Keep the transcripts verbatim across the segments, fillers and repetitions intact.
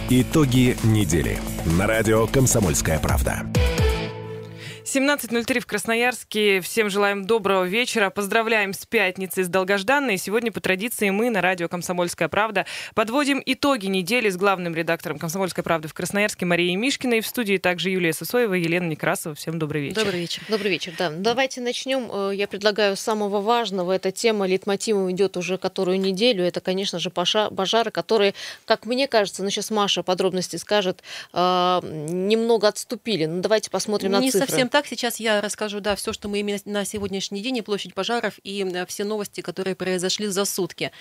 Итоги недели на радио «Комсомольская правда». семнадцать ноль три в Красноярске. Всем желаем доброго вечера. Поздравляем с пятницей, с долгожданной. Сегодня по традиции мы на радио «Комсомольская правда» подводим итоги недели с главным редактором «Комсомольской правды» в Красноярске Марией Мишкиной. В студии также Юлия Сысоева и Елена Некрасова. Всем добрый вечер. Добрый вечер. Добрый вечер, да. Давайте начнем. Я предлагаю с самого важного. Эта тема лейтмотивом идет уже которую неделю. Это, конечно же, пожары, которые, как мне кажется, ну сейчас Маша подробности скажет, немного отступили. Ну давайте посмотрим на Не цифры. Не совсем так. Сейчас я расскажу, да, все, что мы имеем на сегодняшний день, и площадь пожаров, и все новости, которые произошли за сутки.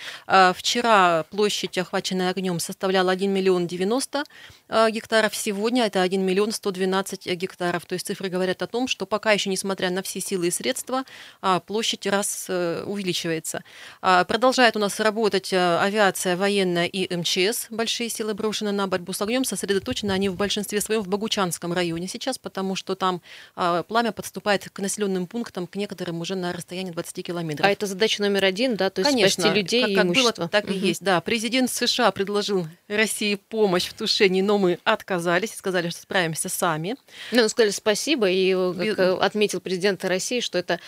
Вчера площадь, охваченная огнем, составляла один миллион девяносто гектаров. Сегодня это один миллион сто двенадцать гектаров. То есть цифры говорят о том, что пока еще, несмотря на все силы и средства, площадь раз увеличивается. Продолжает у нас работать авиация военная и эм че эс. Большие силы брошены на борьбу с огнем. Сосредоточены они в большинстве своем в Богучанском районе сейчас, потому что там пламя подступает к населенным пунктам, к некоторым уже на расстоянии двадцати километров. А это задача номер один, да? То есть Конечно, спасти людей как, и как имущество. было, так угу. и есть. Да, президент США предложил России помощь в тушении, но мы отказались и сказали, что справимся сами. Ну, сказали спасибо, и как отметил президент России, что это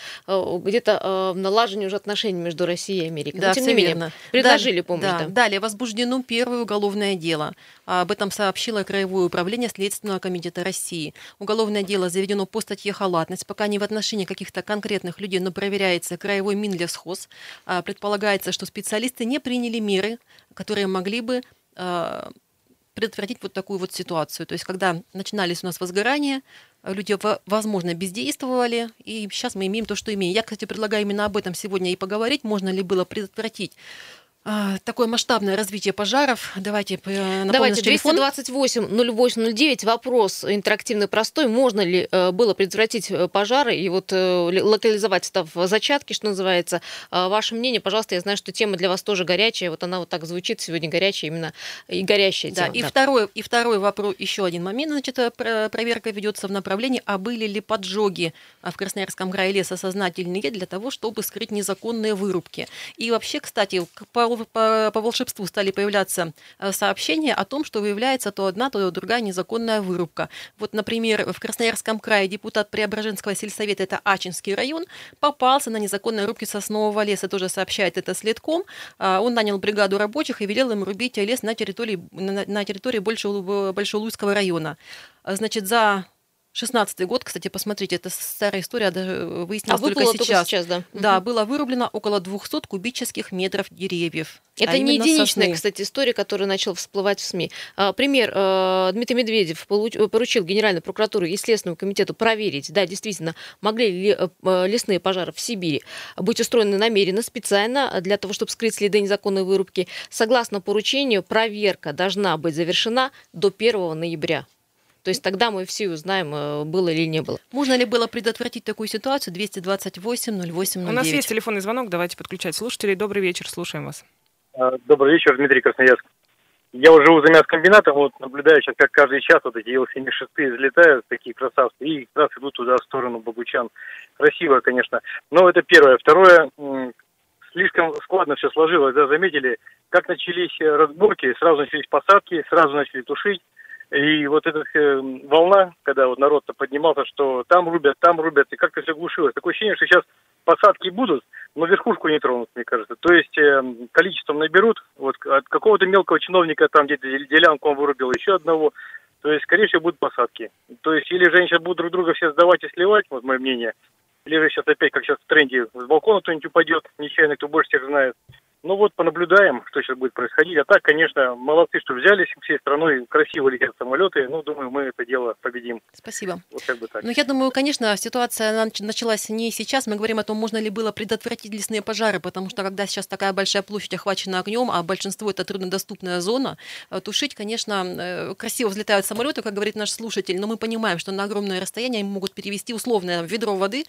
где-то налаживание уже отношений между Россией и Америкой. Да, но, тем не менее, верно. предложили Далее, помощь. Да. Да. Далее возбуждено первое уголовное дело. Об этом сообщило Краевое управление Следственного комитета России. Уголовное дело заведено по статье «Халатность», пока не в отношении каких-то конкретных людей, но проверяется Краевой Минлесхоз. Предполагается, что специалисты не приняли меры, которые могли бы предотвратить вот такую вот ситуацию. То есть, когда начинались у нас возгорания, люди, возможно, бездействовали, и сейчас мы имеем то, что имеем. Я, кстати, предлагаю именно об этом сегодня и поговорить. Можно ли было предотвратить такое масштабное развитие пожаров. Давайте напомню. Давайте, двести двадцать восемь ноль восемь ноль девять. Вопрос интерактивный, простой. Можно ли э, было предотвратить пожары и вот э, локализовать это в зачатке, что называется? Э, ваше мнение, пожалуйста. Я знаю, что тема для вас тоже горячая. Вот она вот так звучит сегодня, горячая именно и горящая да, тема. И, да. второй, и второй вопрос, еще один момент. Значит, проверка ведется в направлении, а были ли поджоги в Красноярском крае лесосознательные для того, чтобы скрыть незаконные вырубки. И вообще, кстати, по По, по волшебству стали появляться сообщения о том, что выявляется то одна, то другая незаконная вырубка. Вот, например, в Красноярском крае депутат Преображенского сельсовета, это Ачинский район, попался на незаконной рубке соснового леса, тоже сообщает это Следком. Он нанял бригаду рабочих и велел им рубить лес на территории, на, на территории Большого, Большелуйского района. Значит, за шестнадцатый год, кстати, посмотрите, это старая история, даже выяснилось а только сейчас. Только сейчас да. Да, угу. было вырублено около двухсот кубических метров деревьев. Это а не единичная, сосны. Кстати, история, которая начала всплывать в СМИ. Пример. Дмитрий Медведев поручил Генеральной прокуратуре и Следственному комитету проверить, да, действительно, могли ли лесные пожары в Сибири быть устроены намеренно, специально, для того, чтобы скрыть следы незаконной вырубки. Согласно поручению, проверка должна быть завершена до первого ноября. То есть тогда мы все узнаем, было или не было. Можно ли было предотвратить такую ситуацию? двести двадцать восемь ноль восемь ноль девять. У нас есть телефонный звонок, давайте подключать слушателей. Добрый вечер, слушаем вас. Добрый вечер, Дмитрий, Красноярск. Я вот живу за мясокомбинатом, вот наблюдаю сейчас, как каждый час вот эти ил семьдесят шесть взлетают, такие красавцы, и как раз идут туда, в сторону Богучан. Красиво, конечно. Но это первое. Второе, слишком складно все сложилось, да, заметили, как начались разборки, сразу начались посадки, сразу начали тушить. И вот эта э, волна, когда вот народ-то поднимался, что там рубят, там рубят, и как-то все глушилось. Такое ощущение, что сейчас посадки будут, но верхушку не тронут, мне кажется. То есть э, количеством наберут, вот от какого-то мелкого чиновника там где-то делянку он вырубил, еще одного. То есть, скорее всего, будут посадки. То есть, или же они сейчас будут друг друга все сдавать и сливать, вот мое мнение, или же сейчас опять, как сейчас в тренде, с балкона кто-нибудь упадет, нечаянно, кто больше всех знает. Ну вот, понаблюдаем, что сейчас будет происходить. А так, конечно, молодцы, что взялись всей страной, красиво летят самолеты. Ну, думаю, мы это дело победим. Спасибо. Вот как бы так. Ну, я думаю, конечно, ситуация началась не сейчас. Мы говорим о том, можно ли было предотвратить лесные пожары, потому что, когда сейчас такая большая площадь охвачена огнем, а большинство это труднодоступная зона, тушить, конечно, красиво взлетают самолеты, как говорит наш слушатель, но мы понимаем, что на огромное расстояние они могут перевести условное ведро воды,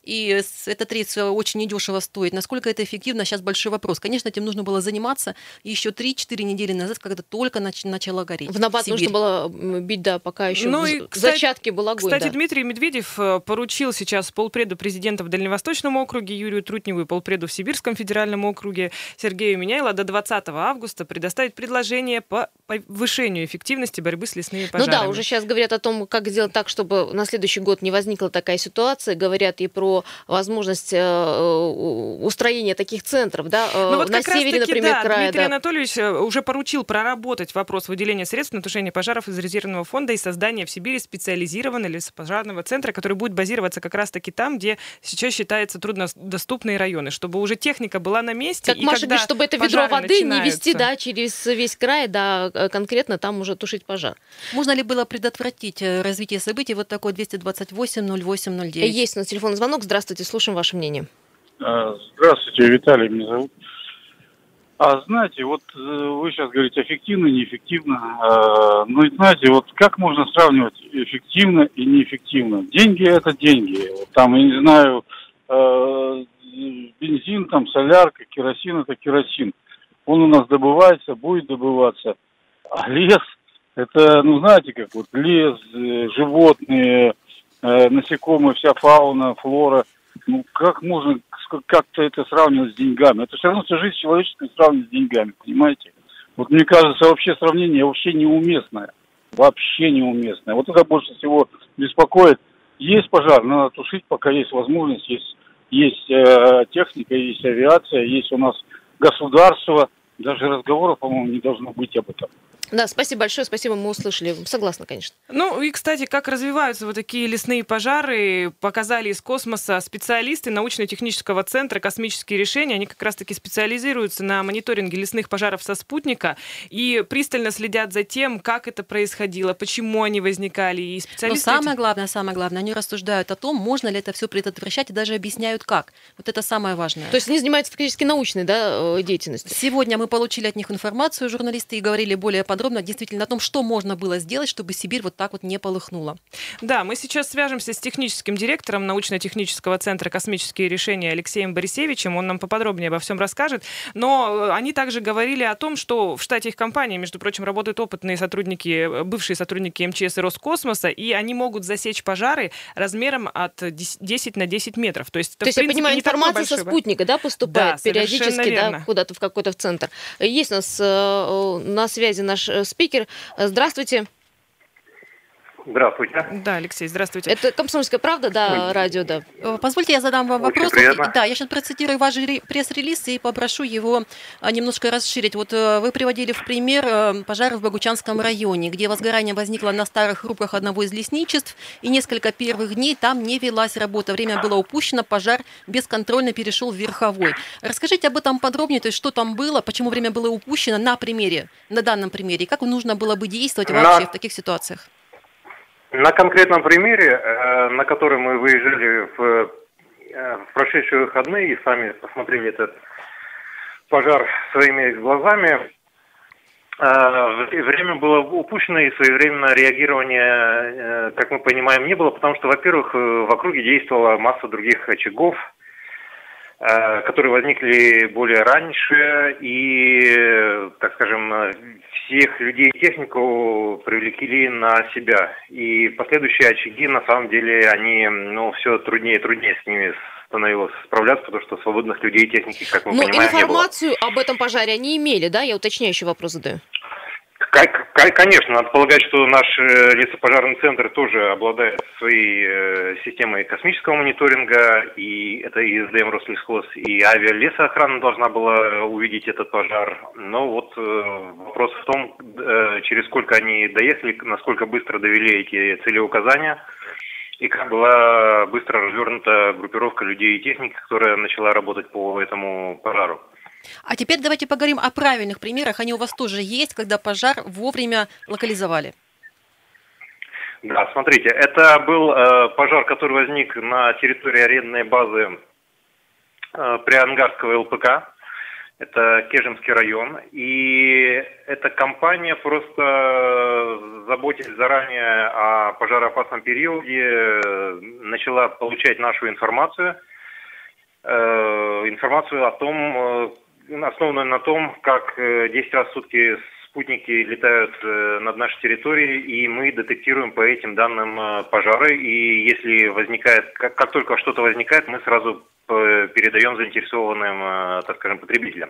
и этот рейс очень недешево стоит. Насколько это эффективно, сейчас большой вопрос. Конечно, этим нужно было заниматься еще три-четыре недели назад, когда только нач- начало гореть. В набат нужно было бить, да, пока еще ну в кстати, зачатке был огонь. Кстати, да. Дмитрий Медведев поручил сейчас полпреду президента в Дальневосточном округе Юрию Трутневу и полпреду в Сибирском федеральном округе Сергею Миняйло до двадцатого августа предоставить предложение по повышению эффективности борьбы с лесными пожарами. Ну да, уже сейчас говорят о том, как сделать так, чтобы на следующий год не возникла такая ситуация. Говорят и про возможность устроения таких центров, да, ну, вот на севере, таки, например, да, края. Дмитрий да. Анатольевич уже поручил проработать вопрос выделения средств на тушение пожаров из резервного фонда и создания в Сибири специализированного лесопожарного центра, который будет базироваться как раз-таки там, где сейчас считается труднодоступные районы, чтобы уже техника была на месте. Как Маша говорит, чтобы это ведро воды не вести, да, через весь край, да, конкретно там уже тушить пожар. Можно ли было предотвратить развитие событий? Вот такой двести двадцать восемь ноль восемь ноль девять. Есть у нас телефонный звонок. Здравствуйте, слушаем ваше мнение. Здравствуйте, Виталий меня зовут. А знаете, вот вы сейчас говорите эффективно, неэффективно. Ну и знаете, вот как можно сравнивать эффективно и неэффективно? Деньги – это деньги. Вот там, я не знаю, бензин, там солярка, керосин – это керосин. Он у нас добывается, будет добываться. А лес – это, ну знаете, как вот лес, животные, насекомые, вся фауна, флора. Ну как можно как-то это сравнивать с деньгами? Это все равно вся жизнь человеческая сравнивать с деньгами, понимаете? Вот мне кажется, вообще сравнение вообще неуместное. Вообще неуместное. Вот это больше всего беспокоит. Есть пожар, надо тушить, пока есть возможность, есть, есть э, техника, есть авиация, есть у нас государство. Даже разговоров, по-моему, не должно быть об этом. Да, спасибо большое, спасибо, мы услышали. Согласна, конечно. Ну и, кстати, как развиваются вот такие лесные пожары, показали из космоса специалисты научно-технического центра «Космические решения». Они как раз-таки специализируются на мониторинге лесных пожаров со спутника и пристально следят за тем, как это происходило, почему они возникали. И специалисты... Но самое главное, самое главное, они рассуждают о том, можно ли это все предотвращать, и даже объясняют, как. Вот это самое важное. То есть они занимаются фактически научной, да, деятельностью? Сегодня мы получили от них информацию, журналисты, и говорили более подробно, действительно о том, что можно было сделать, чтобы Сибирь вот так вот не полыхнула. Да, мы сейчас свяжемся с техническим директором научно-технического центра «Космические решения» Алексеем Борисевичем. Он нам поподробнее обо всем расскажет. Но они также говорили о том, что в штате их компании, между прочим, работают опытные сотрудники, бывшие сотрудники эм че эс и Роскосмоса, и они могут засечь пожары размером от десять на десять метров. То есть, это, То есть в принципе, я понимаю, информация со большой... спутника, да, поступает да, периодически, да, куда-то в какой-то в центр. Есть у нас э, на связи наш спикер. Здравствуйте. Здравствуйте. Да, Алексей, здравствуйте. Это «Комсомольская правда», да, Ой. радио, да. Позвольте, я задам вам Очень вопрос. приятно. Да, я сейчас процитирую ваш пресс-релиз и попрошу его немножко расширить. Вот вы приводили в пример пожар в Богучанском районе, где возгорание возникло на старых рубках одного из лесничеств, и несколько первых дней там не велась работа. Время было упущено, пожар бесконтрольно перешел в Верховой. Расскажите об этом подробнее, то есть что там было, почему время было упущено на примере, на данном примере, и как нужно было бы действовать вообще на... в таких ситуациях? На конкретном примере, на который мы выезжали в, в прошедшие выходные и сами посмотрели этот пожар своими глазами, время было упущено и своевременное реагирование, как мы понимаем, не было, потому что, во-первых, в округе действовала масса других очагов, которые возникли более раньше, и, так скажем, всех людей и технику привлекли на себя. И последующие очаги, на самом деле, они, ну, все труднее и труднее с ними становилось справляться, потому что свободных людей и техники, как мы Но понимаем, не было. Информацию об этом пожаре они имели, да? Я уточняющий вопрос задаю. Конечно, надо полагать, что наш лесопожарный центр тоже обладает своей э, системой космического мониторинга, и это и эс дэ эм Рослесхоз, и авиалесоохрана должна была увидеть этот пожар. Но вот э, вопрос в том, э, через сколько они доехали, насколько быстро довели эти целеуказания, и как была быстро развернута группировка людей и техники, которая начала работать по этому пожару. А теперь давайте поговорим о правильных примерах. Они у вас тоже есть, когда пожар вовремя локализовали. Да, смотрите, это был э, пожар, который возник на территории арендной базы э, Приангарского эл пэ ка. Это Кежемский район. И эта компания, просто заботясь заранее о пожароопасном периоде, начала получать нашу информацию. Э, информацию о том, основанную на том, как десять раз в сутки спутники летают над нашей территорией, и мы детектируем по этим данным пожары. И если возникает, как, как только что-то возникает, мы сразу передаем заинтересованным, так скажем, потребителям.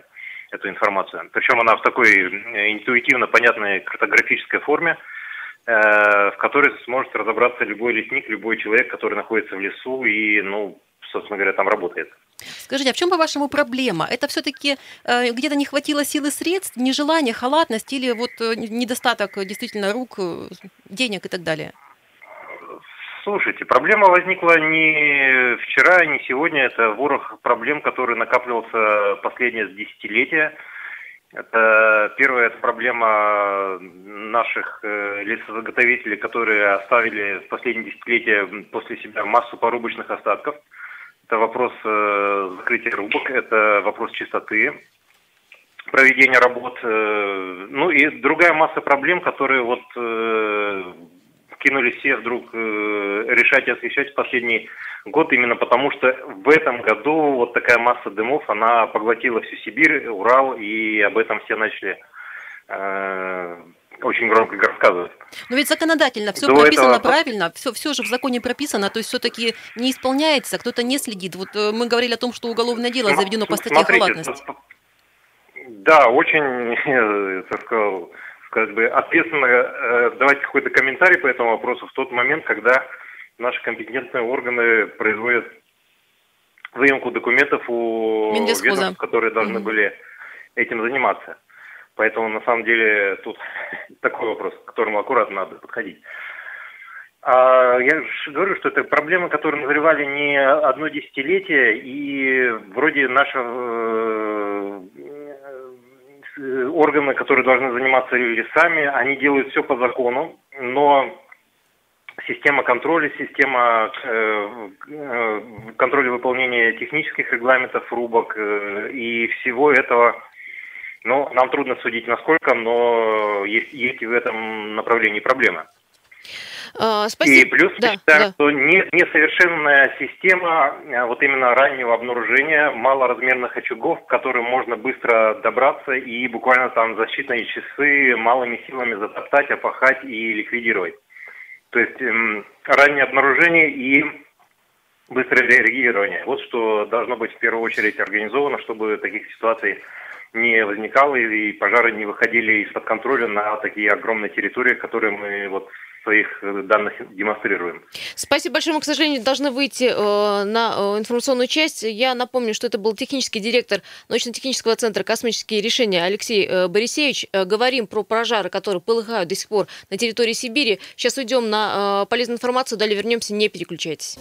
эту информацию. Причем она в такой интуитивно понятной картографической форме, в которой сможет разобраться любой лесник, любой человек, который находится в лесу и, ну, собственно говоря, там работает. Скажите, а в чем, по-вашему, проблема? Это все-таки э, где-то не хватило сил и средств, нежелание, халатность или вот э, недостаток действительно рук, денег и так далее? Слушайте, проблема возникла не вчера, не сегодня. Это ворох проблем, который накапливался последнее десятилетие. Это первая это проблема наших э, лесозаготовителей, которые оставили в последние десятилетия после себя массу порубочных остатков. Это вопрос э, закрытия рубок, это вопрос чистоты проведения работ. Э, ну и другая масса проблем, которые вот э, кинулись все вдруг э, решать и освещать в последний год, именно потому что в этом году вот такая масса дымов, она поглотила всю Сибирь, Урал, и об этом все начали э, очень громко рассказывать. Но ведь законодательно все прописано этого... правильно, все, все же в законе прописано, то есть все-таки не исполняется, кто-то не следит. Вот мы говорили о том, что уголовное дело заведено по статье халатность. Да, очень, так сказал, как бы ответственно давать какой-то комментарий по этому вопросу в тот момент, когда наши компетентные органы производят выемку документов у ведомств, которые должны mm-hmm. были этим заниматься. Поэтому, на самом деле, тут такой вопрос, к которому аккуратно надо подходить. А я же говорю, что это проблемы, которые назревали не одно десятилетие, и вроде наши э, органы, которые должны заниматься лесами, они делают все по закону, но система контроля, система э, э, контроля выполнения технических регламентов рубок э, и всего этого. Ну, нам трудно судить насколько, но есть, есть в этом направлении проблемы. А, спасибо. И плюс, да, считаю, да. что не, несовершенная система вот именно раннего обнаружения малоразмерных очагов, к которым можно быстро добраться и буквально там за считанные часы малыми силами затоптать, опахать и ликвидировать. То есть эм, раннее обнаружение и быстрое реагирование. Вот что должно быть в первую очередь организовано, чтобы таких ситуаций не возникало и пожары не выходили из-под контроля на такие огромные территории, которые мы вот в своих данных демонстрируем. Спасибо большое. Мы, к сожалению, должны выйти э, на э, информационную часть. Я напомню, что это был технический директор научно-технического центра «Космические решения» Алексей э, Борисевич. Э, говорим про пожары, которые полыхают до сих пор на территории Сибири. Сейчас уйдем на э, полезную информацию, далее вернемся, не переключайтесь.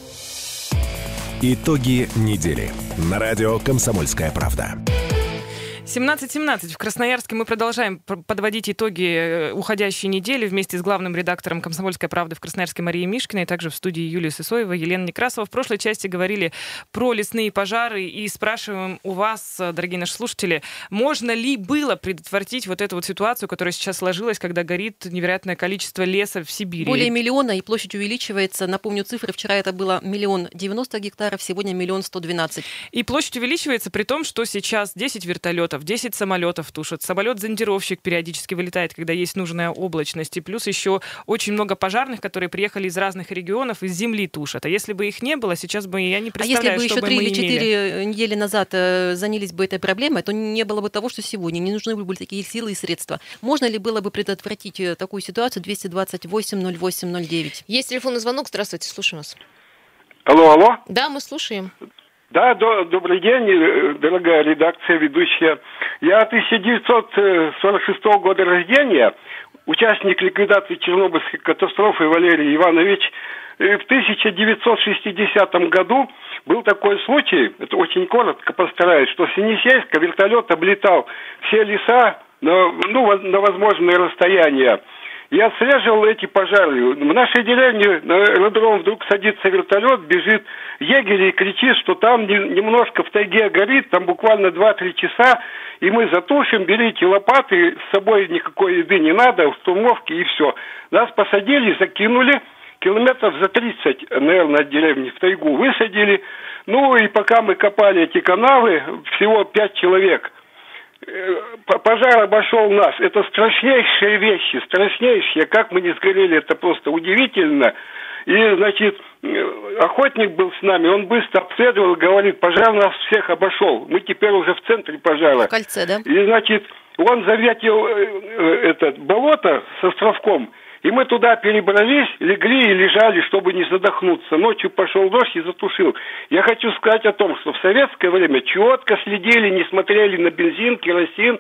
Итоги недели на радио «Комсомольская правда». семнадцать семнадцать в Красноярске мы продолжаем подводить итоги уходящей недели вместе с главным редактором «Комсомольской правды» в Красноярске Марией Мишкиной, также в студии Юлия Сысоева, Елена Некрасова. В прошлой части говорили про лесные пожары и спрашиваем у вас, дорогие наши слушатели, можно ли было предотвратить вот эту вот ситуацию, которая сейчас сложилась, когда горит невероятное количество леса в Сибири? Более миллиона, и площадь увеличивается. Напомню цифры, вчера это было миллион девяносто гектаров, сегодня миллион сто двенадцать. И площадь увеличивается при том, что сейчас десять вертолетов, десять самолетов тушат. Самолет-зондировщик периодически вылетает, когда есть нужная облачность. И плюс еще очень много пожарных, которые приехали из разных регионов, из земли тушат. А если бы их не было, сейчас бы я не представляю, что бы мы имели. А если бы еще три или четыре недели назад занялись бы этой проблемой, то не было бы того, что сегодня. Не нужны были такие силы и средства. Можно ли было бы предотвратить такую ситуацию? Двести двадцать восемь ноль восемь ноль девять. Есть телефонный звонок. Здравствуйте, слушаем вас. Алло, алло. Да, мы слушаем. Да, до, добрый день, дорогая редакция, ведущая. Я тысяча девятьсот сорок шестого года рождения, участник ликвидации Чернобыльской катастрофы Валерий Иванович. В тысяча девятьсот шестидесятом году был такой случай, это очень коротко постараюсь, что с Енисейска вертолет облетал все леса на, ну, на возможное расстояние. Я отслеживал эти пожары. В нашей деревне на аэродром вдруг садится вертолет, бежит егерь и кричит, что там немножко в тайге горит, там буквально два-три часа, и мы затушим, берите лопаты, с собой никакой еды не надо, штурмовки и все. Нас посадили, закинули, километров за тридцать, наверное, от деревни в тайгу высадили. Ну и пока мы копали эти канавы, всего пять человек. Пожар обошел нас. Это страшнейшие вещи, страшнейшие. Как мы не сгорели, это просто удивительно. И, значит, охотник был с нами, он быстро обследовал, говорит, пожар нас всех обошел. Мы теперь уже в центре пожара. В кольце, да? И, значит, он заветил этот болото с островком. И мы туда перебрались, легли и лежали, чтобы не задохнуться. Ночью пошел дождь и затушил. Я хочу сказать о том, что в советское время четко следили, не смотрели на бензин, керосин,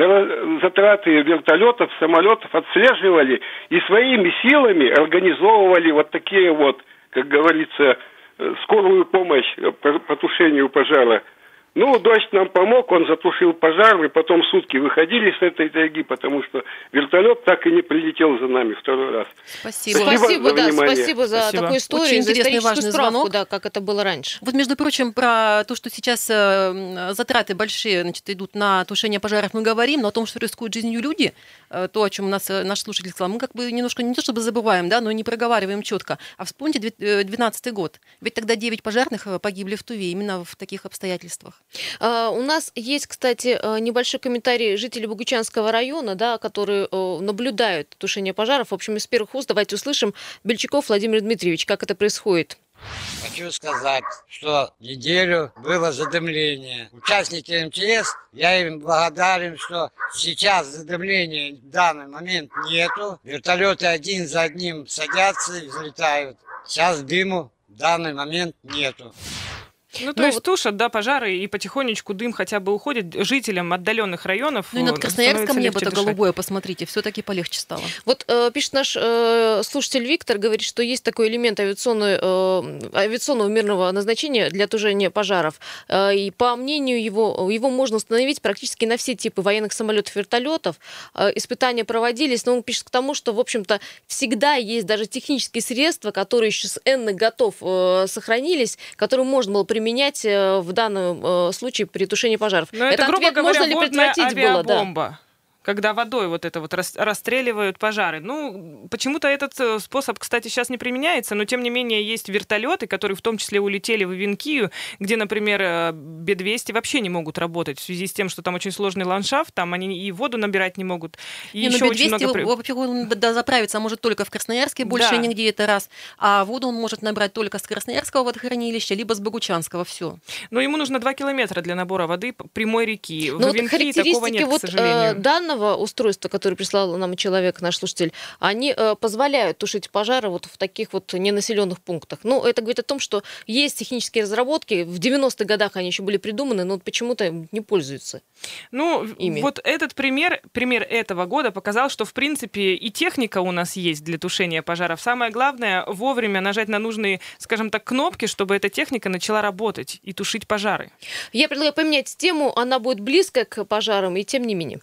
на затраты вертолетов, самолетов, отслеживали и своими силами организовывали вот такие вот, как говорится, скорую помощь по, по тушению пожара. Ну, дождь нам помог, он затушил пожар, и потом сутки выходили с этой тайги, потому что вертолет так и не прилетел за нами второй раз. Спасибо. Спасибо, спасибо да, за спасибо за Спасибо. такую историю, Очень за интересный, историческую важный справку, звонок. да, как это было раньше. Вот, между прочим, про то, что сейчас э, затраты большие, значит, идут на тушение пожаров, мы говорим, но о том, что рискуют жизнью люди, э, то, о чем у нас э, наш слушатель сказал, мы как бы немножко не то чтобы забываем, да, но и не проговариваем четко. А вспомните две тысячи двенадцатый год. Ведь тогда девять пожарных погибли в Туве именно в таких обстоятельствах. А, У нас есть, кстати, небольшой комментарий жителей Богучанского района, да, которые э, наблюдают тушение пожаров. В общем, из первых уст давайте услышим. Бельчаков Владимир Дмитриевич, как это происходит. Хочу сказать, что неделю было задымление. Участники эм тэ эс, я им благодарен, что сейчас задымления в данный момент нету. Вертолеты один за одним садятся и взлетают. Сейчас дыму в данный момент нету. Ну, то Ну, есть вот- тушат, да, пожары, и потихонечку дым хотя бы уходит. Жителям отдаленных районов Ну и над э, Красноярском становится легче небо-то дышать. голубое, посмотрите, все-таки полегче стало. Вот э, пишет наш э, слушатель Виктор, говорит, что есть такой элемент авиационной, э, авиационного мирного назначения для тушения пожаров. Э, и по мнению его, его можно установить практически на все типы военных самолетов и вертолетов. Э, испытания проводились, но он пишет к тому, что, в общем-то, всегда есть даже технические средства, которые еще с энных годов э, сохранились, которые можно было применять э, в данном э, случае при тушении пожаров. Но это, грубо ответ, говоря, можно ли водная предотвратить было, да. авиабомба. Когда водой вот это вот рас- расстреливают пожары. Ну, почему-то этот э, способ, кстати, сейчас не применяется, но тем не менее есть вертолеты, которые в том числе улетели в Ивенкию, где, например, э, Би двести вообще не могут работать в связи с тем, что там очень сложный ландшафт, там они и воду набирать не могут. И Не, еще ну, очень Би двести, много... при- вообще он да, заправиться может только в Красноярске, больше Да. нигде это раз. А воду он может набрать только с Красноярского водохранилища, либо с Богучанского, все. Но ему нужно два километра для набора воды п- прямой реки. Ну В вот Ивенкии такого характеристики нет, к вот, э, сожалению. данного устройства, которое прислал нам человек, наш слушатель, они э, позволяют тушить пожары вот в таких вот ненаселенных пунктах. Ну, это говорит о том, что есть технические разработки, в девяностых годах они еще были придуманы, но вот почему-то не пользуются. Ну, ими. вот этот пример, пример этого года показал, что, в принципе, и техника у нас есть для тушения пожаров. Самое главное — вовремя нажать на нужные, скажем так, кнопки, чтобы эта техника начала работать и тушить пожары. Я предлагаю поменять тему, она будет близко к пожарам, и тем не менее.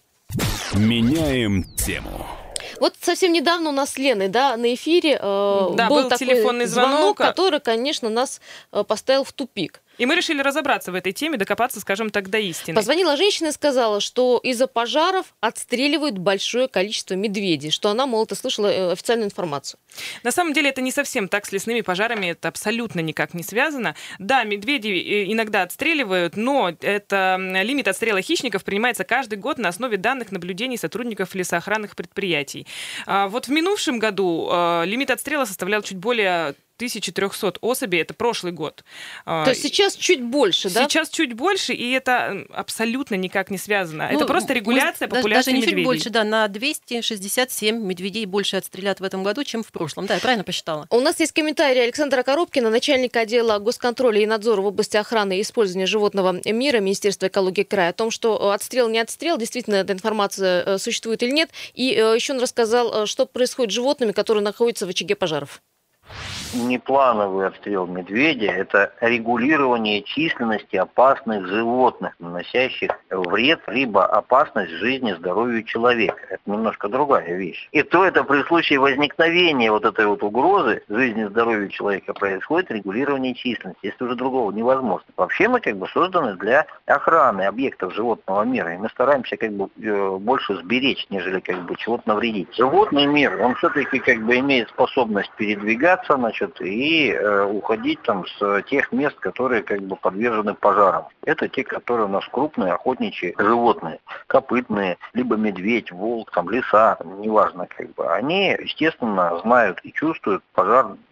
Меняем тему. Вот совсем недавно у нас с Леной, да, на эфире э, Да, был, был такой телефонный звонок. который, конечно, нас э, поставил в тупик. И мы решили разобраться в этой теме, докопаться, скажем так, до истины. Позвонила женщина и сказала, что из-за пожаров отстреливают большое количество медведей, что она, мол, это слышала э, официальную информацию. На самом деле это не совсем так с лесными пожарами, это абсолютно никак не связано. Да, медведи э, иногда отстреливают, но это м, лимит отстрела хищников принимается каждый год на основе данных наблюдений сотрудников лесоохранных предприятий. А вот в минувшем году э, лимит отстрела составлял чуть более тысяча триста особей, это прошлый год. То есть сейчас чуть больше, да? Сейчас чуть больше, и это абсолютно никак не связано. Ну, это просто мы- регуляция даже- популяции даже не медведей. чуть больше, да, на двести шестьдесят семь медведей больше отстрелят в этом году, чем в прошлом. Да, я правильно посчитала? У нас есть комментарий Александра Коробкина, начальника отдела госконтроля и надзора в области охраны и использования животного мира Министерства экологии края, о том, что отстрел не отстрел, действительно эта информация э, существует или нет. И э, еще он рассказал, э, что происходит с животными, которые находятся в очаге пожаров. Неплановый отстрел медведя – это регулирование численности опасных животных, наносящих вред либо опасность жизни, здоровью человека. Это немножко другая вещь. И то это при случае возникновения вот этой вот угрозы жизни, здоровью человека происходит регулирование численности. Если уже другого невозможно. Вообще мы как бы созданы для охраны объектов животного мира. И мы стараемся как бы больше сберечь, нежели как бы чего-то навредить. Животный мир, он все-таки как бы имеет способность передвигаться, значит, и э, уходить там с тех мест, которые как бы подвержены пожарам. Это те, которые у нас крупные охотничьи животные, копытные, либо медведь, волк, там лиса, неважно как бы. Они, естественно, знают и чувствуют пожар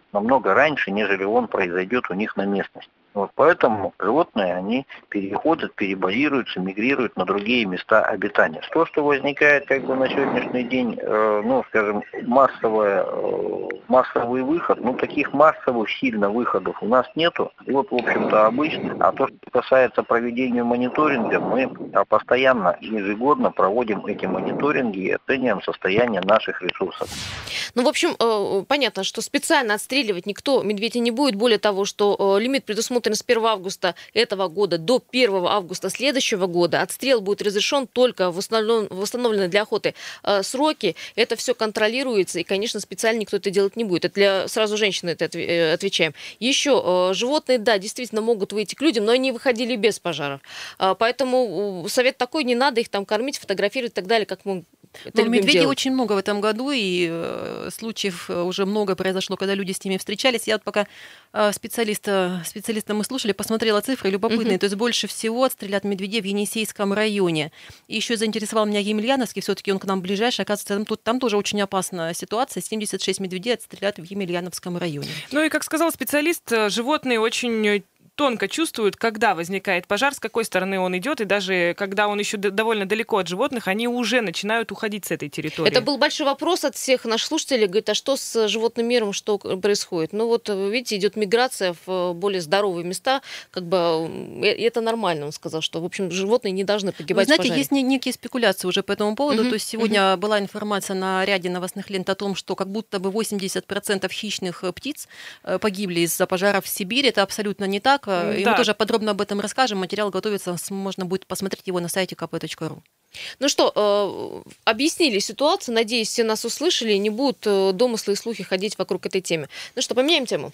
намного раньше, нежели он произойдет у них на местности. Вот поэтому животные, они переходят, перебазируются, мигрируют на другие места обитания. То, что возникает как бы на сегодняшний день, э, ну, скажем, массовое, э, массовый выход, ну, таких массовых сильно выходов у нас нету. И вот, в общем-то, обычно. А то, что касается проведения мониторинга, мы постоянно, ежегодно проводим эти мониторинги и оцениваем состояние наших ресурсов. Ну, в общем, э, понятно, что специально отстреливать никто медведя не будет. Более того, что э, лимит предусмотрен с первого августа этого года до первого августа следующего года. Отстрел будет разрешен только в восстановленные для охоты э, сроки. Это все контролируется, и, конечно, специально никто это делать не будет. Это для сразу женщины это отвечаем. Еще э, животные, да, действительно могут выйти к людям, но они выходили без пожаров. Э, поэтому совет такой: не надо их там кормить, фотографировать и так далее, как мы это любим медведей делать. Очень много в этом году, и э, случаев уже много произошло, когда люди с ними встречались. Я вот пока э, специалиста, специалиста мы слушали, посмотрела цифры любопытные. Uh-huh. То есть больше всего отстрелят медведей в Енисейском районе. И еще заинтересовал меня Емельяновский, все-таки он к нам ближайший. Оказывается, там, тут, там тоже очень опасная ситуация. семьдесят шесть медведей отстрелят в Емельяновском районе. Ну и, как сказал специалист, животные очень тонко чувствуют, когда возникает пожар, с какой стороны он идет, и даже когда он еще довольно далеко от животных, они уже начинают уходить с этой территории. Это был большой вопрос от всех наших слушателей. Говорит, а что с животным миром, что происходит? Ну вот, видите, идет миграция в более здоровые места, как бы это нормально, он сказал, что, в общем, животные не должны погибать. Вы знаете, в пожаре. Есть некие спекуляции уже по этому поводу. Uh-huh. То есть сегодня uh-huh. была информация на ряде новостных лент о том, что как будто бы восемьдесят процентов хищных птиц погибли из-за пожаров в Сибири. Это абсолютно не так. Да. И мы тоже подробно об этом расскажем. Материал готовится, можно будет посмотреть его на сайте ка пэ точка ру. Ну что, э, объяснили ситуацию. Надеюсь, все нас услышали и не будут э, домыслы и слухи ходить вокруг этой темы. Ну что, поменяем тему?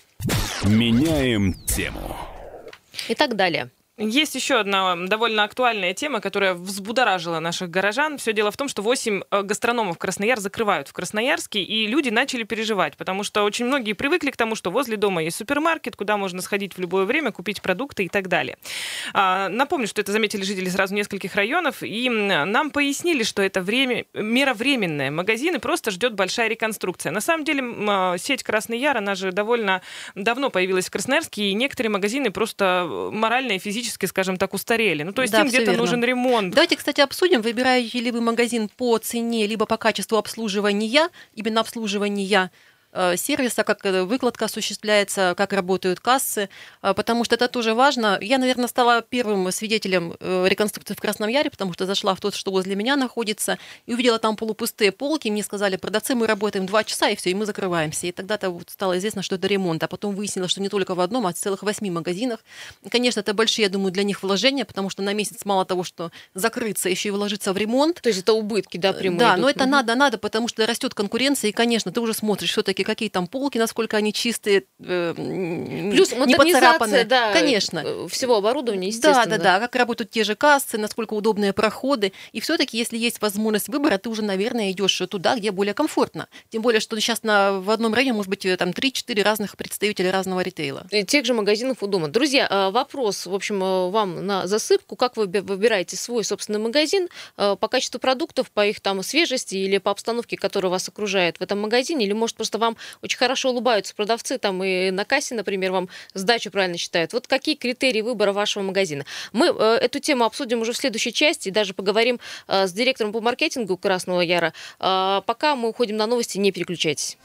Меняем тему. И так далее. Есть еще одна довольно актуальная тема, которая взбудоражила наших горожан. Все дело в том, что восемь гастрономов Краснояр закрывают в Красноярске, и люди начали переживать, потому что очень многие привыкли к тому, что возле дома есть супермаркет, куда можно сходить в любое время, купить продукты и так далее. Напомню, что это заметили жители сразу нескольких районов, и нам пояснили, что это время, мера временная. Магазины просто ждет большая реконструкция. На самом деле сеть Красный Яр, она же довольно давно появилась в Красноярске, и некоторые магазины просто морально и физически, скажем так, устарели. Ну, то есть да, им где-то верно. Нужен ремонт. Давайте, кстати, обсудим, выбираете ли вы магазин по цене, либо по качеству обслуживания, именно обслуживания сервиса, как выкладка осуществляется, как работают кассы, потому что это тоже важно. Я, наверное, стала первым свидетелем реконструкции в Красном Яре, потому что зашла в тот, что возле меня находится, и увидела там полупустые полки. Мне сказали: продавцы, мы работаем два часа, и все, и мы закрываемся. И тогда-то вот стало известно, что это ремонт. А потом выяснилось, что не только в одном, а в целых восьми магазинах. И, конечно, это большие, я думаю, для них вложения, потому что на месяц мало того, что закрыться, еще и вложиться в ремонт. То есть это убытки, да, прямые? Да, идут. но это угу. надо, надо, потому что растет конкуренция, и, конечно, ты уже смотришь все-таки, какие там полки, насколько они чистые, э, плюс не поцарапанные. Да, конечно. Всего оборудования, естественно. Да, да, да, как работают те же кассы, насколько удобные проходы. И все-таки, если есть возможность выбора, ты уже, наверное, идешь туда, где более комфортно. Тем более, что сейчас на, в одном районе может быть там три-четыре разных представителя разного ритейла. И тех же магазинов у дома. Друзья, вопрос, в общем, вам на засыпку. Как вы выбираете свой собственный магазин по качеству продуктов, по их там свежести или по обстановке, которая вас окружает в этом магазине? Или, может, просто вам очень хорошо улыбаются продавцы там и на кассе, например, вам сдачу правильно считают. Вот какие критерии выбора вашего магазина? Мы э, эту тему обсудим уже в следующей части и даже поговорим э, с директором по маркетингу Красного Яра. Э, пока мы уходим на новости, не переключайтесь.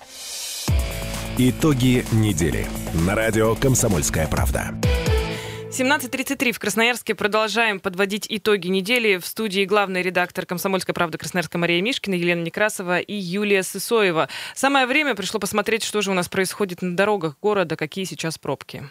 Итоги недели на радио «Комсомольская правда». семнадцать тридцать три в Красноярске. Продолжаем подводить итоги недели. В студии главный редактор «Комсомольской правды» Красноярска Мария Мишкина, Елена Некрасова и Юлия Сысоева. Самое время пришло посмотреть, что же у нас происходит на дорогах города, какие сейчас пробки.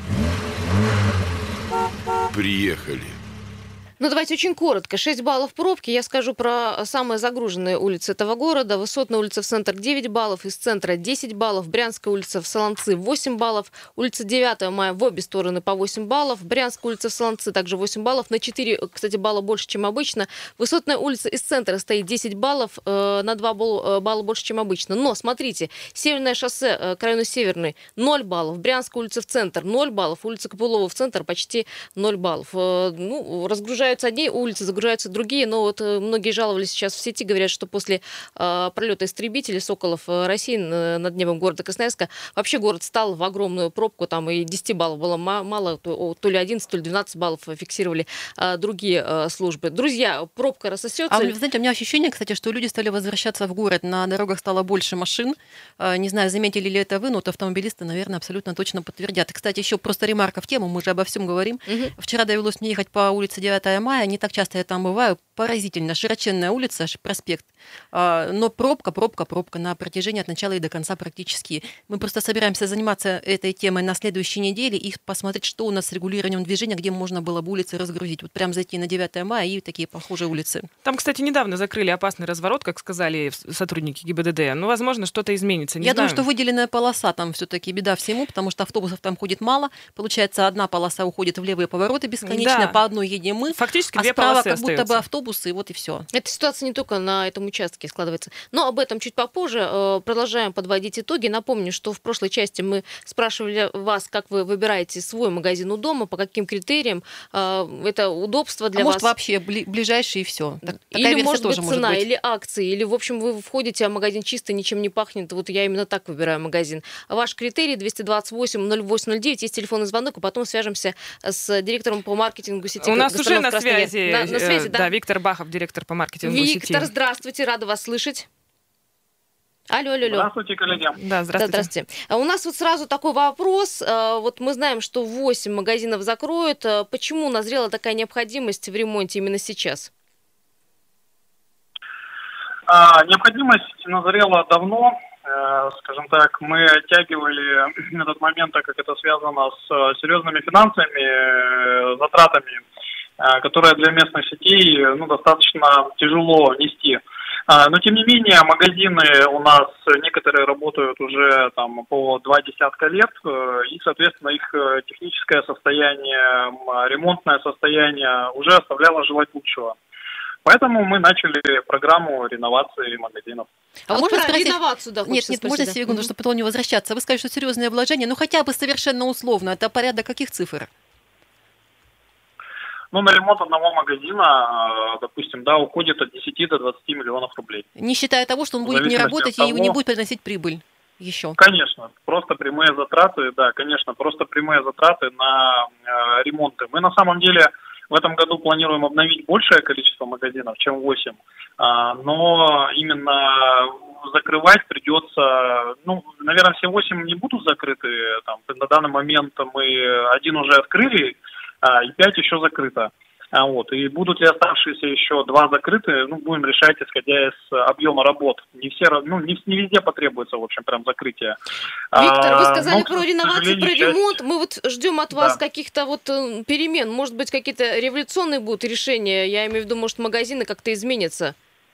Приехали. Ну, давайте очень коротко. шесть баллов пробки. Я скажу про самые загруженные улицы этого города. Высотная улица в центр девять баллов, из центра десять баллов. Брянская улица в Солонцы восемь баллов. Улица девятого мая в обе стороны по восемь баллов. Брянская улица в Солонцы также восемь баллов. На четыре, кстати, балла больше, чем обычно. Высотная улица из центра стоит десять баллов, э, на два балла больше, чем обычно. Но, смотрите, Северное шоссе э, к району Северный ноль баллов. Брянская улица в центр ноль баллов. Улица Копылова в центр почти ноль баллов. Э, ну, разгружается загружаются одни улицы, загружаются другие, но вот многие жаловались сейчас в сети, говорят, что после э, пролета истребителей «Соколов» России над небом города Красноярска вообще город стал в огромную пробку, там и десять баллов было мало, то, то ли одиннадцать, то ли двенадцать баллов фиксировали э, другие э, службы. Друзья, пробка рассосется. А вы знаете, у меня ощущение, кстати, что люди стали возвращаться в город, на дорогах стало больше машин. Не знаю, заметили ли это вы, но вот автомобилисты, наверное, абсолютно точно подтвердят. Кстати, еще просто ремарка в тему, мы же обо всем говорим. Угу. Вчера довелось мне ехать по улице девятого мая, не так часто я там бываю, поразительно, широченная улица, проспект, но пробка, пробка, пробка на протяжении от начала и до конца практически. Мы просто собираемся заниматься этой темой на следующей неделе и посмотреть, что у нас с регулированием движения, где можно было бы улицы разгрузить. Вот прям зайти на девятое мая и такие похожие улицы. Там, кстати, недавно закрыли опасный разворот, как сказали сотрудники ГИБДД. Ну, возможно, что-то изменится. Не Я знаю. думаю, что выделенная полоса там все-таки беда всему, потому что автобусов там ходит мало. Получается, одна полоса уходит в левые повороты бесконечно, да. По одной едем мы. Фактически а две справа полосы как будто остаются. бы автобусы, и вот и все. Эта ситуация не только на этом участке складывается. Но об этом чуть попозже. Продолжаем подводить итоги. Напомню, что в прошлой части мы спрашивали вас, как вы выбираете свой магазин у дома, по каким критериям. Это удобство для а вас. Может, вообще ближайший и все. Так, или, может быть, цена, быть. Или акции, или, в общем, вы входите, а магазин чисто, ничем не пахнет. Вот я именно так выбираю магазин. Ваш критерий двести двадцать восемь ноль восемь ноль девять, есть телефонный звонок, и потом свяжемся с директором по маркетингу сети. У нас уже на связи, на, на связи да? да, Виктор Бахов, директор по маркетингу Виктор, сети. Виктор, здравствуйте, рада вас слышать. Алло, алло, алло. Здравствуйте, коллеги. Да, здравствуйте. Да, здравствуйте. У нас вот сразу такой вопрос. Вот мы знаем, что восемь магазинов закроют. Почему назрела такая необходимость в ремонте именно сейчас? А, необходимость назрела давно. Э, скажем так, мы оттягивали этот момент, так как это связано с серьезными финансовыми э, затратами, э, которые для местных сетей ну, достаточно тяжело нести. А, но тем не менее, магазины у нас некоторые работают уже там, по два десятка лет, э, и, соответственно, их техническое состояние, ремонтное состояние уже оставляло желать лучшего. Поэтому мы начали программу реновации магазинов. А, а можно про спросить? Реновацию, да, нет, нет, спросить, можно да. секунду, чтобы потом не возвращаться. Вы сказали, что серьезное вложение, ну хотя бы совершенно условно. Это порядок каких цифр? Ну, на ремонт одного магазина, допустим, да, уходит от десяти до двадцати миллионов рублей. Не считая того, что он будет не работать того, и не будет приносить прибыль еще. Конечно, просто прямые затраты, да, конечно, просто прямые затраты на э, ремонты. Мы на самом деле в этом году планируем обновить большее количество магазинов, чем восемь, а, но именно закрывать придется, ну, наверное, все восемь не будут закрыты, там, на данный момент мы один уже открыли, а, и пять еще закрыто. А вот, и будут ли оставшиеся еще два закрыты, ну, будем решать, исходя из объема работ. Не все, ну, не, не везде потребуется, в общем, прям закрытие. Виктор, вы а, сказали но, про реновацию, про часть... ремонт. Мы вот ждем от вас да. каких-то вот перемен. Может быть, какие-то революционные будут решения? Я имею в виду, может, магазины как-то изменятся?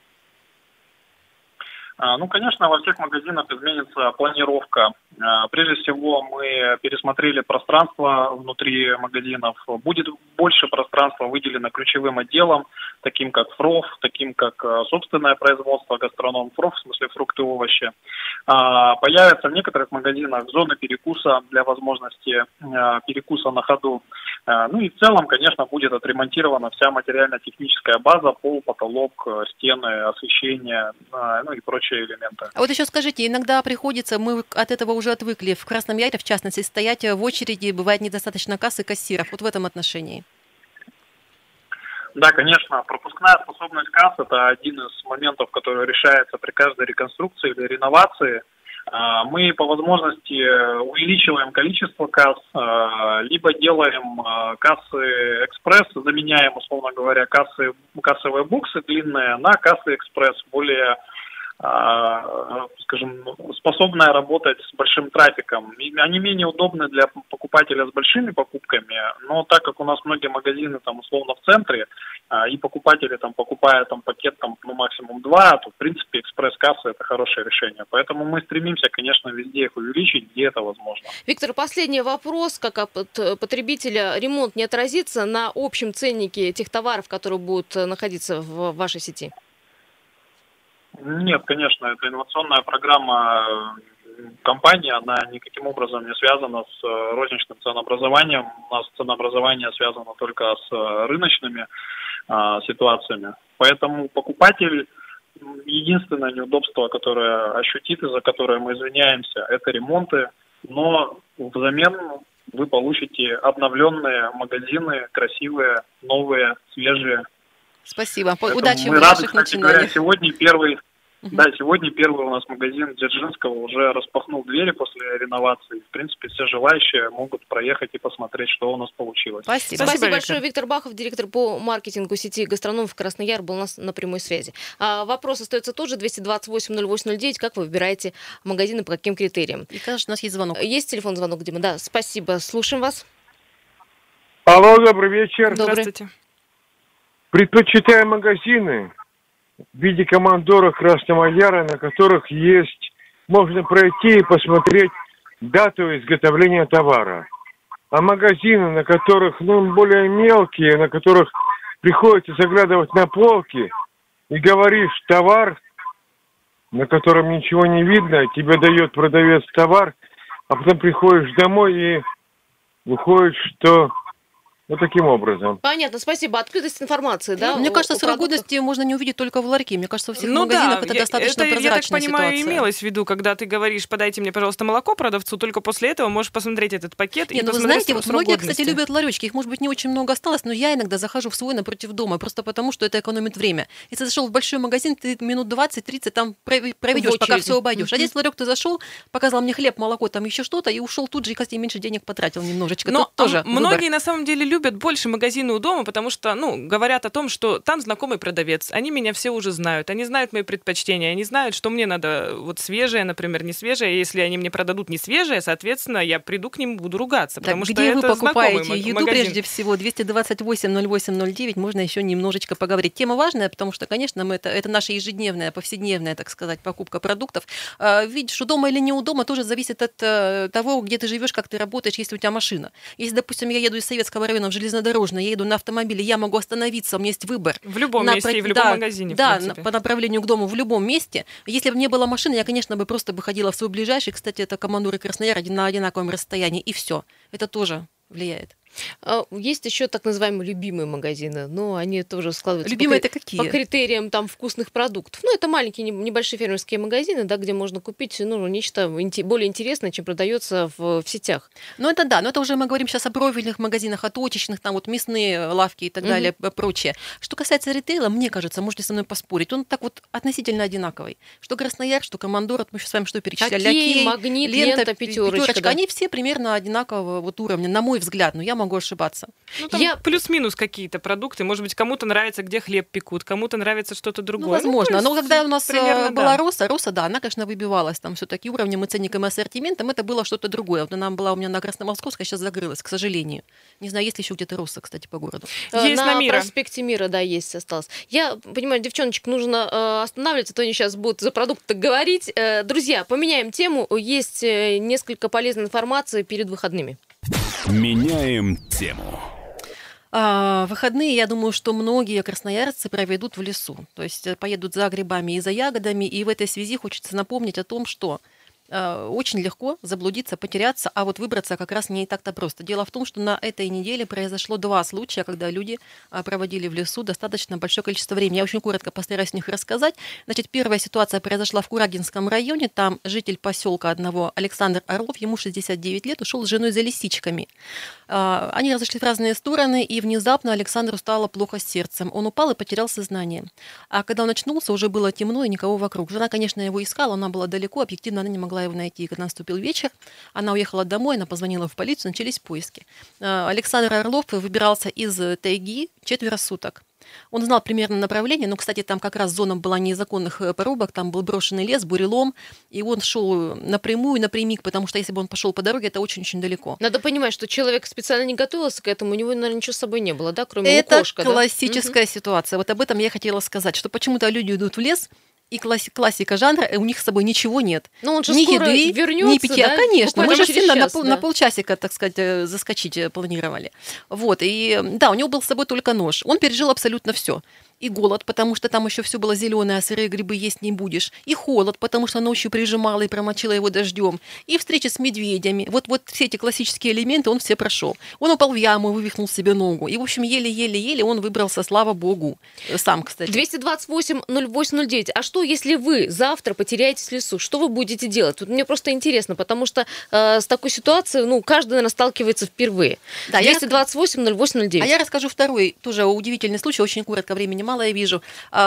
Ну, конечно, во всех магазинах изменится планировка. Прежде всего, мы пересмотрели пространство внутри магазинов. Будет больше пространства выделено ключевым отделам, таким как ФРОФ, таким как собственное производство, гастроном ФРОФ, в смысле фрукты и овощи. Появятся в некоторых магазинах зоны перекуса для возможности перекуса на ходу. Ну и в целом, конечно, будет отремонтирована вся материально-техническая база, пол, потолок, стены, освещение, ну и прочие элементы. А вот еще скажите, иногда приходится, мы от этого уже отвыкли, в Красном Яре, в частности, стоять в очереди, бывает недостаточно касс и кассиров. Вот в этом отношении. Да, конечно, пропускная способность касс – это один из моментов, который решается при каждой реконструкции или реновации. Мы по возможности увеличиваем количество касс, либо делаем кассы экспресс, заменяем, условно говоря, кассы, кассовые боксы длинные на кассы экспресс, более, скажем, способная работать с большим трафиком. Они менее удобны для покупателя с большими покупками, но так как у нас многие магазины там условно в центре, и покупатели там покупая там пакет там ну, максимум два, то в принципе экспресс-касса это хорошее решение. Поэтому мы стремимся, конечно, везде их увеличить, где это возможно. Виктор, последний вопрос, как от потребителя, ремонт не отразится на общем ценнике тех товаров, которые будут находиться в вашей сети? Нет, конечно, это инновационная программа компании, она никаким образом не связана с розничным ценообразованием. У нас ценообразование связано только с рыночными а, ситуациями. Поэтому покупатель, единственное неудобство, которое ощутит и за которое мы извиняемся, это ремонты, но взамен вы получите обновленные магазины, красивые, новые, свежие. Спасибо. Поэтому удачи мы в рады, ваших кстати начинаниях. говоря, сегодня первый, Угу. да, сегодня первый у нас магазин Дзержинского уже распахнул двери после реновации. В принципе, все желающие могут проехать и посмотреть, что у нас получилось. Спасибо. Спасибо, Спасибо, большое. Виктор. Виктор Бахов, директор по маркетингу сети гастрономов Краснояр, был у нас на прямой связи. А, вопрос остается тот же, двести двадцать восемь ноль восемь ноль девять. Как вы выбираете магазины, по каким критериям? И, кажется, у нас есть звонок. Есть телефон звонок, Дима? Да, спасибо. Слушаем вас. Алло, добрый вечер. Добрый. Здравствуйте. Предпочитаю магазины в виде командора Красного Яра, на которых есть, можно пройти и посмотреть дату изготовления товара. А магазины, на которых, ну, более мелкие, на которых приходится заглядывать на полки и говоришь товар, на котором ничего не видно, тебе дает продавец товар, а потом приходишь домой и выходит, что вот таким образом. Понятно, спасибо. Открытость информации, да? Мне у- кажется, у срок продуктов? годности можно не увидеть только в ларьке. Мне кажется, во всех Ну магазинах да, это я- достаточно это, прозрачная я так понимаю, ситуация. имелось в виду, когда ты говоришь, подайте мне, пожалуйста, молоко продавцу, только после этого можешь посмотреть этот пакет и Не, ну вы посмотреть знаете, вот срок многие, кстати, годности. любят ларечки. Их, может быть, не очень много осталось, но я иногда захожу в свой напротив дома, просто потому, что это экономит время. Если зашел в большой магазин, ты минут двадцать-тридцать там пров- проведешь, В пока очереди. все обойдешь. А Мгм. здесь в ларек ты зашел, показал мне хлеб, молоко, там еще что-то, и ушел тут же, и, кстати, меньше денег потратил немножечко. Но Тут тоже а, многие выбор. на самом деле любят больше магазины у дома, потому что, ну, говорят о том, что там знакомый продавец, они меня все уже знают, они знают мои предпочтения, они знают, что мне надо вот свежее, например, не свежее. Если они мне продадут не свежее, соответственно, я приду к ним и буду ругаться, Так, потому что где вы это знакомый покупаете ма- еду, магазин. прежде всего, двести двадцать восемь ноль восемь ноль девять, можно еще немножечко поговорить. Тема важная, потому что, конечно, мы это, это наша ежедневная, повседневная, так сказать, покупка продуктов. А, видишь, у дома или не у дома, тоже зависит от э, того, где ты живешь, как ты работаешь, если у тебя машина. Если, допустим, я еду из Советского района в железнодорожный, я еду на автомобиле, я могу остановиться, у меня есть выбор. В любом На месте про- и в любом да, магазине, в Да, принципе. на- по направлению к дому в любом месте. Если бы не было машины, я, конечно, бы просто бы ходила в свой ближайший, кстати, это Командор и Краснояр, один- на одинаковом расстоянии, и все. Это тоже влияет. А, Есть еще так называемые любимые магазины, но они тоже складываются Любимые по, это кри- какие? по критериям там вкусных продуктов. Ну, это маленькие, не- небольшие фермерские магазины, да, где можно купить ну, нечто инте- более интересное, чем продается в, в сетях. Ну, это да, но это уже мы говорим сейчас о профильных магазинах, о точечных, там вот мясные лавки и так Мгм. далее, э, прочее. Что касается ритейла, мне кажется, можете со мной поспорить, он так вот относительно одинаковый. Что Краснояр, что Командор, вот мы сейчас с вами что перечисляли? Окей, Окей, Магнит, Лента, пи- Пятерочка, да. Они все примерно одинакового вот уровня, на мой взгляд, но я могу ошибаться. Ну, там Я- плюс-минус какие-то продукты. Может быть, кому-то нравится, где хлеб пекут, кому-то нравится что-то другое. Ну, возможно. то Но есть когда у нас э, примерно, была да. Роса, Роса, да, она, конечно, выбивалась там все-таки уровнем и ценником, и ассортиментом. Это было что-то другое. Вот она была у меня на Красномосковской, сейчас закрылась, к сожалению. Не знаю, есть ли еще где-то Роса, кстати, по городу. Э, Есть на Мира. проспекте Мира, да, есть, осталось. Я понимаю, девчоночек, нужно э, останавливаться, а то они сейчас будут за продукты говорить. Э, друзья, поменяем тему. Есть э, несколько полезной информации перед выходными. Меняем тему. А, выходные, я думаю, что многие красноярцы проведут в лесу. То есть э, поедут за грибами и за ягодами. И в этой связи хочется напомнить о том, что э, очень легко заблудиться, потеряться, а вот выбраться как раз не так-то просто. Дело в том, что на этой неделе произошло два случая, когда люди а, проводили в лесу достаточно большое количество времени. Я очень коротко постараюсь о них рассказать. Значит, первая ситуация произошла в Курагинском районе. Там житель поселка одного Александр Орлов, ему шестьдесят девять лет, ушел с женой за лисичками. А, Они разошлись в разные стороны, и внезапно Александру стало плохо с сердцем. Он упал и потерял сознание. А когда он очнулся, уже было темно и никого вокруг. Жена, конечно, его искала, она была далеко, объективно она не могла его найти. И когда наступил вечер, она уехала домой, она позвонила в полицию, начались поиски. А, Александр Орлов выбирался из тайги четверо суток. Он знал примерно направление, но, кстати, там как раз зона была незаконных э, порубок, там был брошенный лес, бурелом, и он шел напрямую, напрямик, потому что если бы он пошел по дороге, это очень-очень далеко. Надо понимать, что человек специально не готовился к этому, у него, наверное, ничего с собой не было, да, кроме Это лукошка, да? классическая ситуация. Вот об этом я хотела сказать, что почему-то люди идут в лес, и класси- классика жанра, и у них с собой ничего нет. Но он же Ни скоро еды, вернется, ни питья. да? Конечно, мы Буквально же через сильно на, час, пол- да. на полчасика, так сказать, э, заскочить э, планировали. Вот, и да, у него был с собой только нож. Он пережил абсолютно все. и голод, потому что там еще все было зеленое, а сырые грибы есть не будешь, и холод, потому что ночью прижимала и промочила его дождем, и встреча с медведями. Вот, вот все эти классические элементы он все прошел. Он упал в яму, вывихнул себе ногу. И, в общем, еле-еле-еле он выбрался, слава богу. Сам, кстати. двести двадцать восемь ноль восемь ноль девять. А что, если вы завтра потеряетесь в лесу? Что вы будете делать? Тут мне просто интересно, потому что э, с такой ситуацией, ну, каждый, наверное, сталкивается впервые. Да, двести двадцать восемь ноль восемь ноль девять. А я расскажу второй, тоже удивительный случай, очень коротко, времени мало я вижу.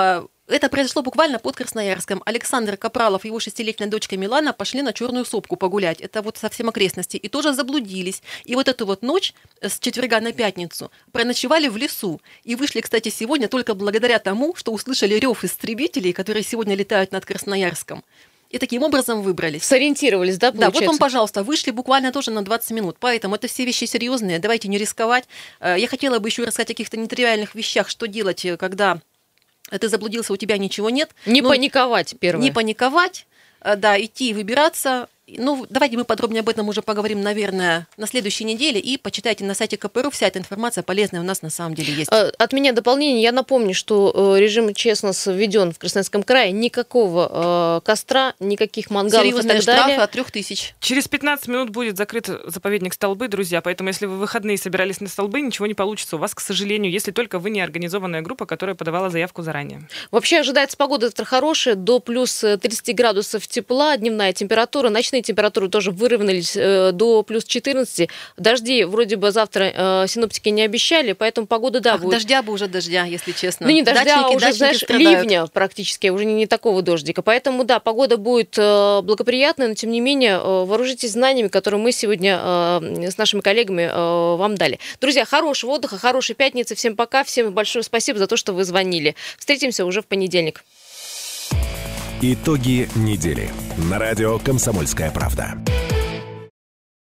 Это произошло буквально под Красноярском. Александр Капралов и его шестилетняя дочка Милана пошли на Черную сопку погулять. Это вот совсем окрестности. И тоже заблудились. И вот эту вот ночь с четверга на пятницу проночевали в лесу. И вышли, кстати, сегодня только благодаря тому, что услышали рев истребителей, которые сегодня летают над Красноярском. И таким образом выбрались. Сориентировались, да, получается? Да, вот он, пожалуйста, вышли буквально тоже на двадцать минут. Поэтому это все вещи серьезные, давайте не рисковать. Я хотела бы еще рассказать о каких-то нетривиальных вещах, что делать, когда ты заблудился, у тебя ничего нет. Не ну, паниковать, первое. Не паниковать, да, идти и выбираться. Ну, давайте мы подробнее об этом уже поговорим, наверное, на следующей неделе. И почитайте на сайте ка пэ эр у, вся эта информация полезная у нас на самом деле есть. От меня дополнение. Я напомню, что режим ЧСНОС введен в Красноярском крае. Никакого э, костра, никаких мангалов. Серьезные и так далее. штрафы от трех тысяч. Через пятнадцать минут будет закрыт заповедник Столбы, друзья. Поэтому, если вы в выходные собирались на Столбы, ничего не получится у вас, к сожалению, если только вы не организованная группа, которая подавала заявку заранее. Вообще ожидается погода завтра хорошая. До плюс тридцать градусов тепла. Дневная температура. Ночные температуры тоже выровнялись э, до плюс четырнадцать. Дожди вроде бы завтра э, синоптики не обещали, поэтому погода, да, Ах, будет... дождя бы уже дождя, если честно. Ну не дождя, дачники, а уже, знаешь, страдают. ливня практически, уже не, не такого дождика. Поэтому, да, погода будет э, благоприятная, но тем не менее э, вооружитесь знаниями, которые мы сегодня э, с нашими коллегами э, вам дали. Друзья, хорошего отдыха, хорошей пятницы. Всем пока, всем большое спасибо за то, что вы звонили. Встретимся уже в понедельник. Итоги недели на радио «Комсомольская правда».